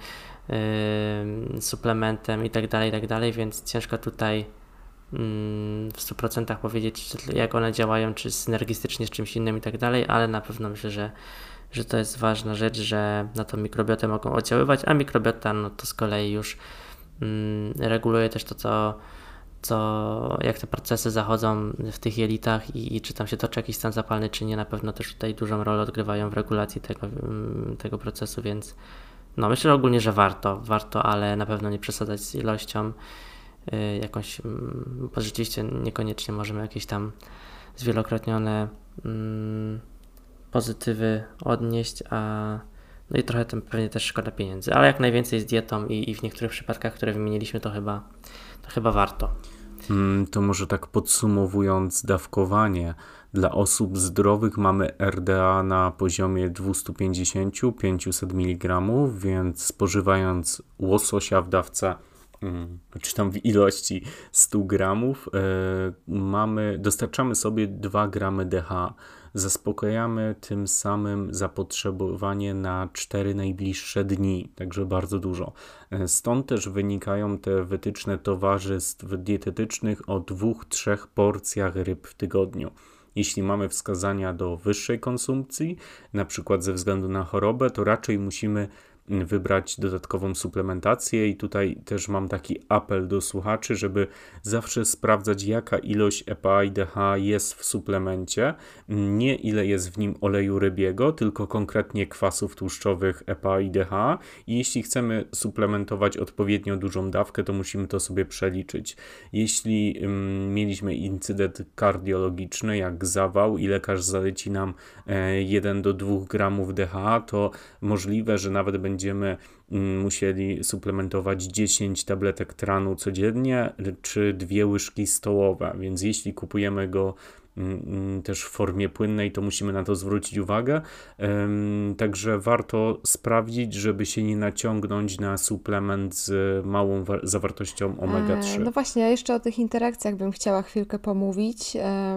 yy, suplementem i tak dalej, i tak dalej, więc ciężko tutaj yy, w stu procentach powiedzieć, jak one działają, czy synergistycznie z czymś innym i tak dalej, ale na pewno myślę, że że to jest ważna rzecz, że na tą mikrobiotę mogą oddziaływać, a mikrobiota no to z kolei już mm, reguluje też to, co, co, jak te procesy zachodzą w tych jelitach i, i czy tam się toczy jakiś stan zapalny, czy nie, na pewno też tutaj dużą rolę odgrywają w regulacji tego, tego procesu, więc no myślę ogólnie, że warto, warto, ale na pewno nie przesadzać z ilością y, jakąś, y, bo rzeczywiście niekoniecznie możemy jakieś tam zwielokrotnione y, pozytywy odnieść, a no i trochę tam pewnie też szkoda pieniędzy, ale jak najwięcej z dietą i, i w niektórych przypadkach, które wymieniliśmy, to chyba, to chyba warto. To może tak podsumowując dawkowanie, dla osób zdrowych mamy R D A na poziomie dwieście pięćdziesiąt do pięciuset miligramów, więc spożywając łososia w dawce czy tam w ilości sto gramów, mamy, dostarczamy sobie dwa gramy D H A. Zaspokajamy tym samym zapotrzebowanie na cztery najbliższe dni, także bardzo dużo. Stąd też wynikają te wytyczne towarzystw dietetycznych o dwóch, trzech porcjach ryb w tygodniu. Jeśli mamy wskazania do wyższej konsumpcji, na przykład ze względu na chorobę, to raczej musimy wybrać dodatkową suplementację i tutaj też mam taki apel do słuchaczy, żeby zawsze sprawdzać, jaka ilość E P A i D H A jest w suplemencie, nie ile jest w nim oleju rybiego, tylko konkretnie kwasów tłuszczowych E P A i D H A i jeśli chcemy suplementować odpowiednio dużą dawkę, to musimy to sobie przeliczyć. Jeśli um, mieliśmy incydent kardiologiczny, jak zawał i lekarz zaleci nam e, jeden do dwóch gramów D H A, to możliwe, że nawet będzie będziemy musieli suplementować dziesięć tabletek tranu codziennie, czy dwie łyżki stołowe, więc jeśli kupujemy go też w formie płynnej, to musimy na to zwrócić uwagę. Także warto sprawdzić, żeby się nie naciągnąć na suplement z małą zawartością omega trzy. No właśnie, ja jeszcze o tych interakcjach bym chciała chwilkę pomówić,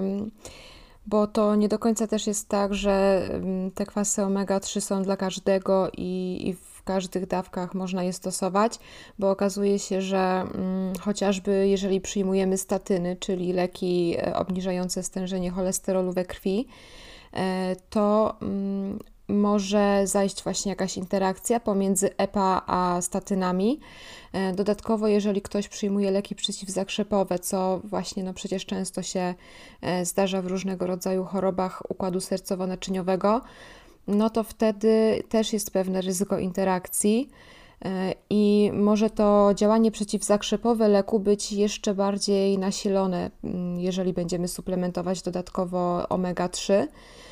bo to nie do końca też jest tak, że te kwasy omega trzy są dla każdego i, i w każdych dawkach można je stosować, bo okazuje się, że mm, chociażby jeżeli przyjmujemy statyny, czyli leki obniżające stężenie cholesterolu we krwi, e, to mm, może zajść właśnie jakaś interakcja pomiędzy E P A a statynami. Dodatkowo, jeżeli ktoś przyjmuje leki przeciwzakrzepowe, co właśnie no przecież często się zdarza w różnego rodzaju chorobach układu sercowo-naczyniowego, no to wtedy też jest pewne ryzyko interakcji i może to działanie przeciwzakrzepowe leku być jeszcze bardziej nasilone, jeżeli będziemy suplementować dodatkowo omega trzy.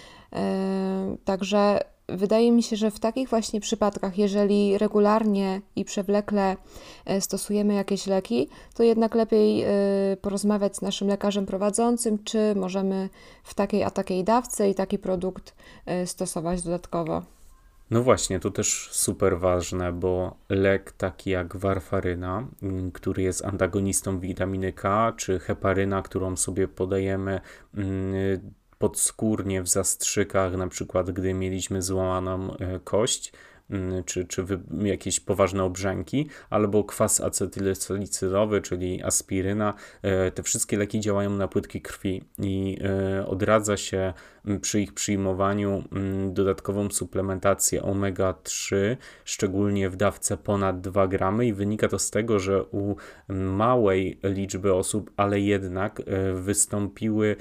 Także wydaje mi się, że w takich właśnie przypadkach, jeżeli regularnie i przewlekle stosujemy jakieś leki, to jednak lepiej porozmawiać z naszym lekarzem prowadzącym, czy możemy w takiej a takiej dawce i taki produkt stosować dodatkowo. No właśnie, to też super ważne, bo lek taki jak warfaryna, który jest antagonistą witaminy K, czy heparyna, którą sobie podajemy podskórnie w zastrzykach, na przykład gdy mieliśmy złamaną kość, czy, czy jakieś poważne obrzęki, albo kwas acetylsalicylowy, czyli aspiryna. Te wszystkie leki działają na płytki krwi i odradza się przy ich przyjmowaniu dodatkową suplementację omega trzy, szczególnie w dawce ponad dwa gramy i wynika to z tego, że u małej liczby osób, ale jednak wystąpiły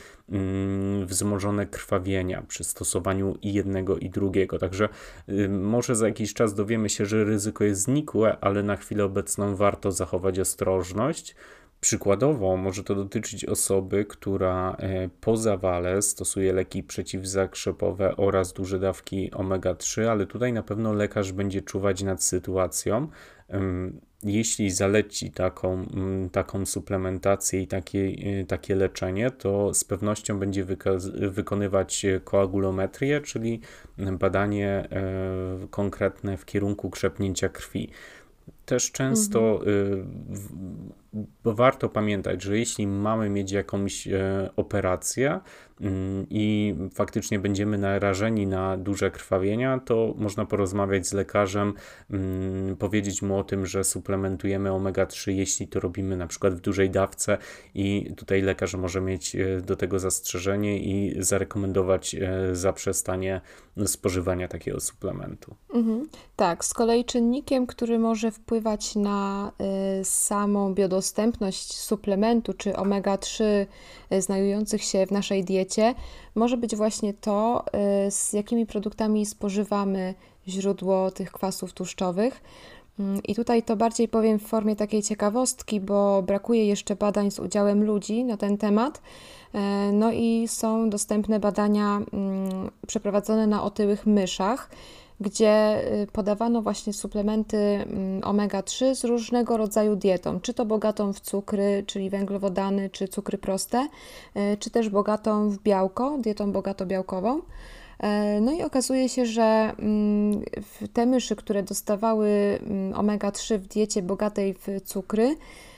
wzmożone krwawienia przy stosowaniu i jednego i drugiego. Także może za jakiś jakiś czas dowiemy się, że ryzyko jest znikłe, ale na chwilę obecną warto zachować ostrożność. Przykładowo może to dotyczyć osoby, która po zawale stosuje leki przeciwzakrzepowe oraz duże dawki omega trzy, ale tutaj na pewno lekarz będzie czuwać nad sytuacją. Jeśli zaleci taką, taką suplementację i takie, takie leczenie, to z pewnością będzie wyka- wykonywać koagulometrię, czyli badanie konkretne w kierunku krzepnięcia krwi. Też często mhm. Bo warto pamiętać, że jeśli mamy mieć jakąś operację i faktycznie będziemy narażeni na duże krwawienia, to można porozmawiać z lekarzem, powiedzieć mu o tym, że suplementujemy omega trzy, jeśli to robimy na przykład w dużej dawce i tutaj lekarz może mieć do tego zastrzeżenie i zarekomendować zaprzestanie spożywania takiego suplementu. Mhm. Tak, z kolei czynnikiem, który może wpływać na y, samą biodostępność suplementu czy omega trzy y, znajdujących się w naszej diecie, może być właśnie to, y, z jakimi produktami spożywamy źródło tych kwasów tłuszczowych. I tutaj to bardziej powiem w formie takiej ciekawostki, bo brakuje jeszcze badań z udziałem ludzi na ten temat. No i są dostępne badania przeprowadzone na otyłych myszach, gdzie podawano właśnie suplementy omega trzy z różnego rodzaju dietą, czy to bogatą w cukry, czyli węglowodany, czy cukry proste, czy też bogatą w białko, dietą bogato-białkową. No i okazuje się, że te myszy, które dostawały omega trzy w diecie bogatej w cukry,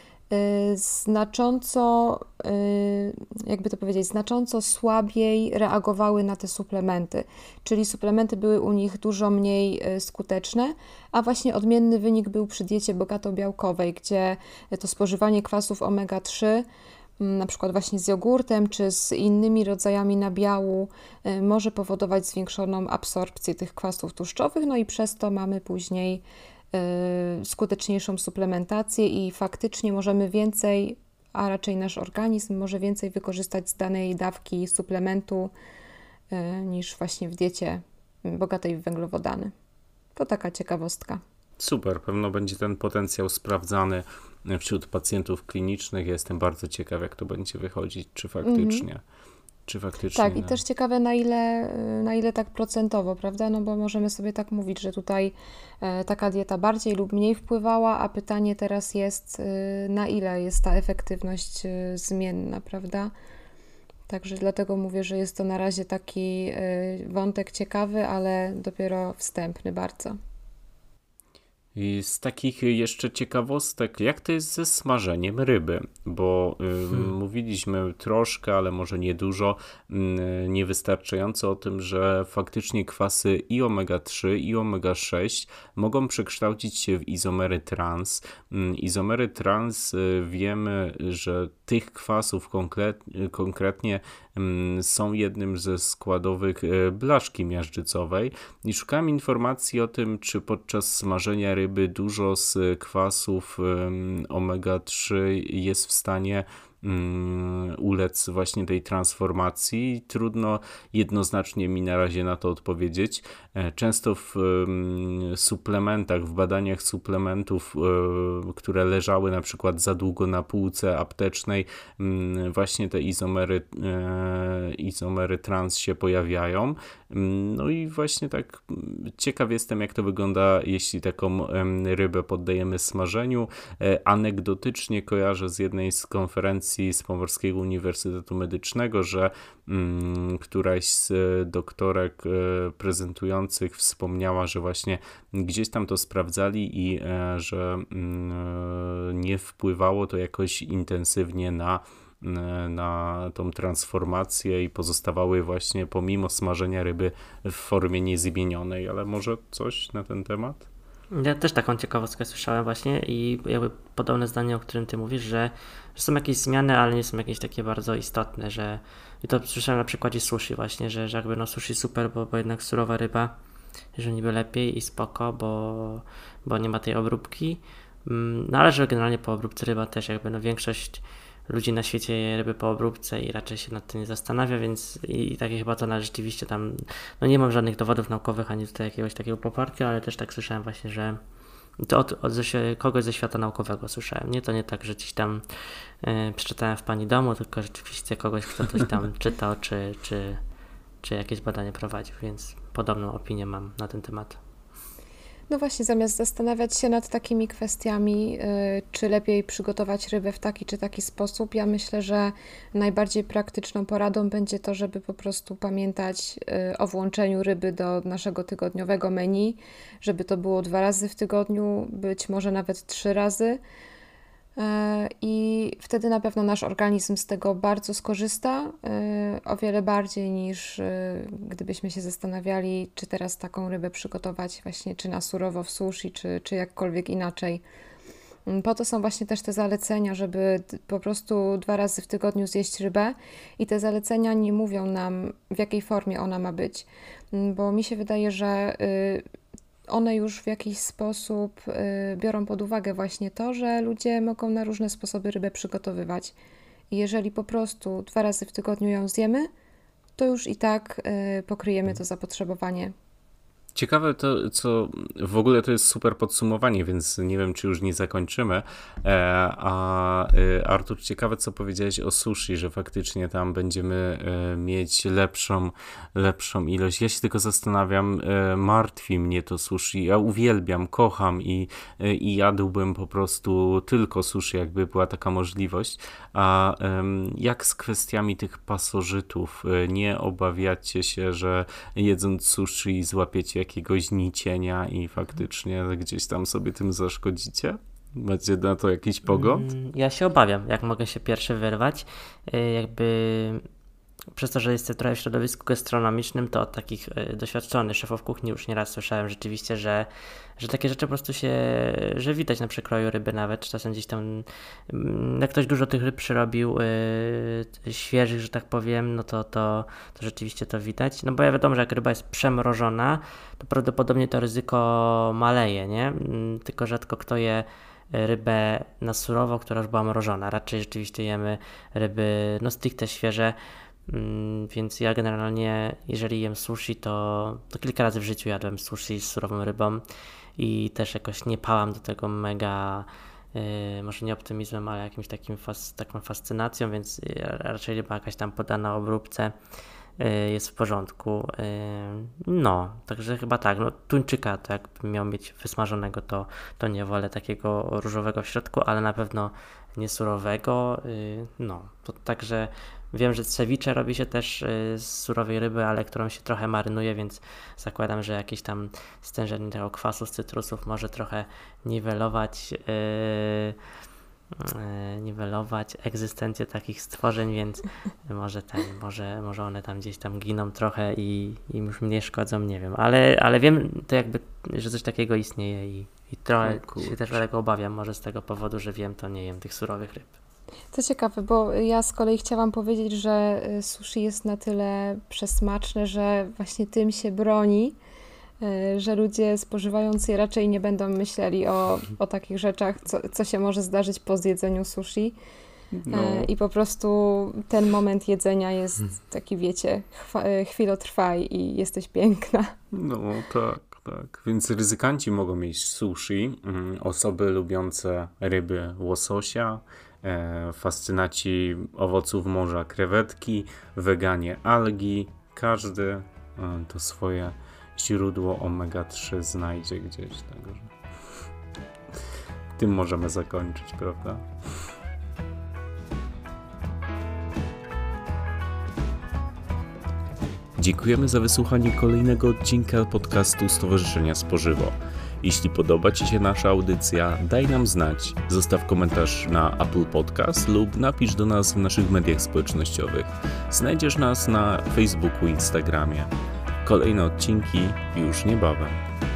znacząco, jakby to powiedzieć, znacząco słabiej reagowały na te suplementy, czyli suplementy były u nich dużo mniej skuteczne, a właśnie odmienny wynik był przy diecie bogato-białkowej, gdzie to spożywanie kwasów omega trzy na przykład właśnie z jogurtem czy z innymi rodzajami nabiału może powodować zwiększoną absorpcję tych kwasów tłuszczowych, no i przez to mamy później skuteczniejszą suplementację i faktycznie możemy więcej, a raczej nasz organizm może więcej wykorzystać z danej dawki suplementu niż właśnie w diecie bogatej w węglowodany. To taka ciekawostka. Super, pewno będzie ten potencjał sprawdzany wśród pacjentów klinicznych. Ja jestem bardzo ciekaw, jak to będzie wychodzić, czy faktycznie, mm-hmm. czy faktycznie. Tak, i też ciekawe, na ile, na ile tak procentowo, prawda? No bo możemy sobie tak mówić, że tutaj e, taka dieta bardziej lub mniej wpływała, a pytanie teraz jest, e, na ile jest ta efektywność e, zmienna, prawda? Także dlatego mówię, że jest to na razie taki e, wątek ciekawy, ale dopiero wstępny bardzo. I z takich jeszcze ciekawostek, jak to jest ze smażeniem ryby, bo y, hmm. mówiliśmy troszkę, ale może nie dużo, y, niewystarczająco o tym, że faktycznie kwasy i omega trzy i omega sześć mogą przekształcić się w izomery trans. Y, izomery trans y, wiemy, że tych kwasów konkret, konkretnie y, są jednym ze składowych y, blaszki miażdżycowej i szukałem informacji o tym, czy podczas smażenia ryby ryby dużo z kwasów omega trzy jest w stanie ulec właśnie tej transformacji. Trudno jednoznacznie mi na razie na to odpowiedzieć. Często w suplementach, w badaniach suplementów, które leżały na przykład za długo na półce aptecznej, właśnie te izomery, izomery trans się pojawiają. No i właśnie tak ciekaw jestem, jak to wygląda, jeśli taką rybę poddajemy smażeniu. Anegdotycznie kojarzę z jednej z konferencji z Pomorskiego Uniwersytetu Medycznego, że mm, któraś z doktorek e, prezentujących wspomniała, że właśnie gdzieś tam to sprawdzali i e, że mm, nie wpływało to jakoś intensywnie na na tą transformację i pozostawały właśnie pomimo smażenia ryby w formie niezmienionej, ale może coś na ten temat? Ja też taką ciekawostkę słyszałem właśnie i jakby podobne zdanie, o którym ty mówisz, że, że są jakieś zmiany, ale nie są jakieś takie bardzo istotne, że i to słyszałem na przykładzie sushi właśnie, że, że jakby no sushi super, bo, bo jednak surowa ryba, że niby lepiej i spoko, bo, bo nie ma tej obróbki, no ale że generalnie po obróbce ryba też jakby no większość ludzi na świecie je ryby po obróbce i raczej się nad tym nie zastanawia, więc i, i takie chyba to na rzeczywiście tam, no nie mam żadnych dowodów naukowych, ani tutaj jakiegoś takiego poparcia, ale też tak słyszałem właśnie, że to od, od ze, kogoś ze świata naukowego słyszałem. Nie, to nie tak, że gdzieś tam y, przeczytałem w pani domu, tylko rzeczywiście kogoś, kto coś tam czytał, czy, czy, czy jakieś badanie prowadził, więc podobną opinię mam na ten temat. No właśnie, zamiast zastanawiać się nad takimi kwestiami, y, czy lepiej przygotować rybę w taki czy taki sposób, ja myślę, że najbardziej praktyczną poradą będzie to, żeby po prostu pamiętać y, o włączeniu ryby do naszego tygodniowego menu, żeby to było dwa razy w tygodniu, być może nawet trzy razy. I wtedy na pewno nasz organizm z tego bardzo skorzysta, o wiele bardziej niż gdybyśmy się zastanawiali, czy teraz taką rybę przygotować właśnie czy na surowo w sushi, czy, czy jakkolwiek inaczej. Po to są właśnie też te zalecenia, żeby po prostu dwa razy w tygodniu zjeść rybę i te zalecenia nie mówią nam, w jakiej formie ona ma być, bo mi się wydaje, że one już w jakiś sposób y, biorą pod uwagę właśnie to, że ludzie mogą na różne sposoby rybę przygotowywać. I jeżeli po prostu dwa razy w tygodniu ją zjemy, to już i tak y, pokryjemy to zapotrzebowanie. Ciekawe to, co w ogóle to jest super podsumowanie, więc nie wiem, czy już nie zakończymy. E, a e, Artur, ciekawe, co powiedziałeś o sushi, że faktycznie tam będziemy e, mieć lepszą, lepszą ilość. Ja się tylko zastanawiam, e, martwi mnie to sushi. Ja uwielbiam, kocham i, e, i jadłbym po prostu tylko sushi, jakby była taka możliwość. A e, jak z kwestiami tych pasożytów? E, nie obawiacie się, że jedząc sushi złapiecie jakiegoś nicienia i faktycznie gdzieś tam sobie tym zaszkodzicie? Macie na to jakiś pogląd? Ja się obawiam, jak mogę się pierwszy wyrwać. Jakby przez to, że jestem trochę w środowisku gastronomicznym, to od takich doświadczonych szefów kuchni już nieraz słyszałem rzeczywiście, że, że takie rzeczy po prostu się, że widać na przekroju ryby nawet, czasem gdzieś tam, jak ktoś dużo tych ryb przyrobił, yy, świeżych, że tak powiem, no to, to, to rzeczywiście to widać. No bo ja wiadomo, że jak ryba jest przemrożona, to prawdopodobnie to ryzyko maleje, nie? Tylko rzadko kto je rybę na surowo, która już była mrożona. Raczej rzeczywiście jemy ryby, no stricte świeże, więc ja generalnie, jeżeli jem sushi, to, to kilka razy w życiu jadłem sushi z surową rybą i też jakoś nie pałam do tego mega, yy, może nie optymizmem, ale jakimś takim fas, taką fascynacją, więc raczej ryba jakaś tam podana obróbce yy, jest w porządku. Yy, no, także chyba tak, no tuńczyka to jakbym miał mieć wysmażonego, to, to nie wolę takiego różowego w środku, ale na pewno nie surowego, yy, no, to także wiem, że ceviche robi się też z surowej ryby, ale którą się trochę marynuje, więc zakładam, że jakieś tam stężenie tego kwasu z cytrusów może trochę niwelować, yy, yy, niwelować egzystencję takich stworzeń, więc może, ten, może, może one tam gdzieś tam giną trochę i, i już mnie szkodzą, nie wiem, ale, ale wiem to jakby, że coś takiego istnieje i, i trochę się też tego obawiam, może z tego powodu, że wiem, to nie jem tych surowych ryb. To ciekawe, bo ja z kolei chciałam powiedzieć, że sushi jest na tyle przesmaczne, że właśnie tym się broni, że ludzie spożywając je raczej nie będą myśleli o, o takich rzeczach, co, co się może zdarzyć po zjedzeniu sushi. No. I po prostu ten moment jedzenia jest taki, wiecie, chwa, chwilotrwaj i jesteś piękna. No tak, tak. Więc ryzykanci mogą mieć sushi, osoby lubiące ryby łososia, fascynaci owoców morza, krewetki, weganie algi, każdy to swoje źródło omega trzy znajdzie gdzieś, także tym możemy zakończyć, prawda? Dziękujemy za wysłuchanie kolejnego odcinka podcastu Stowarzyszenia Spożywo. Jeśli podoba Ci się nasza audycja, daj nam znać, zostaw komentarz na Apple Podcast lub napisz do nas w naszych mediach społecznościowych. Znajdziesz nas na Facebooku i Instagramie. Kolejne odcinki już niebawem.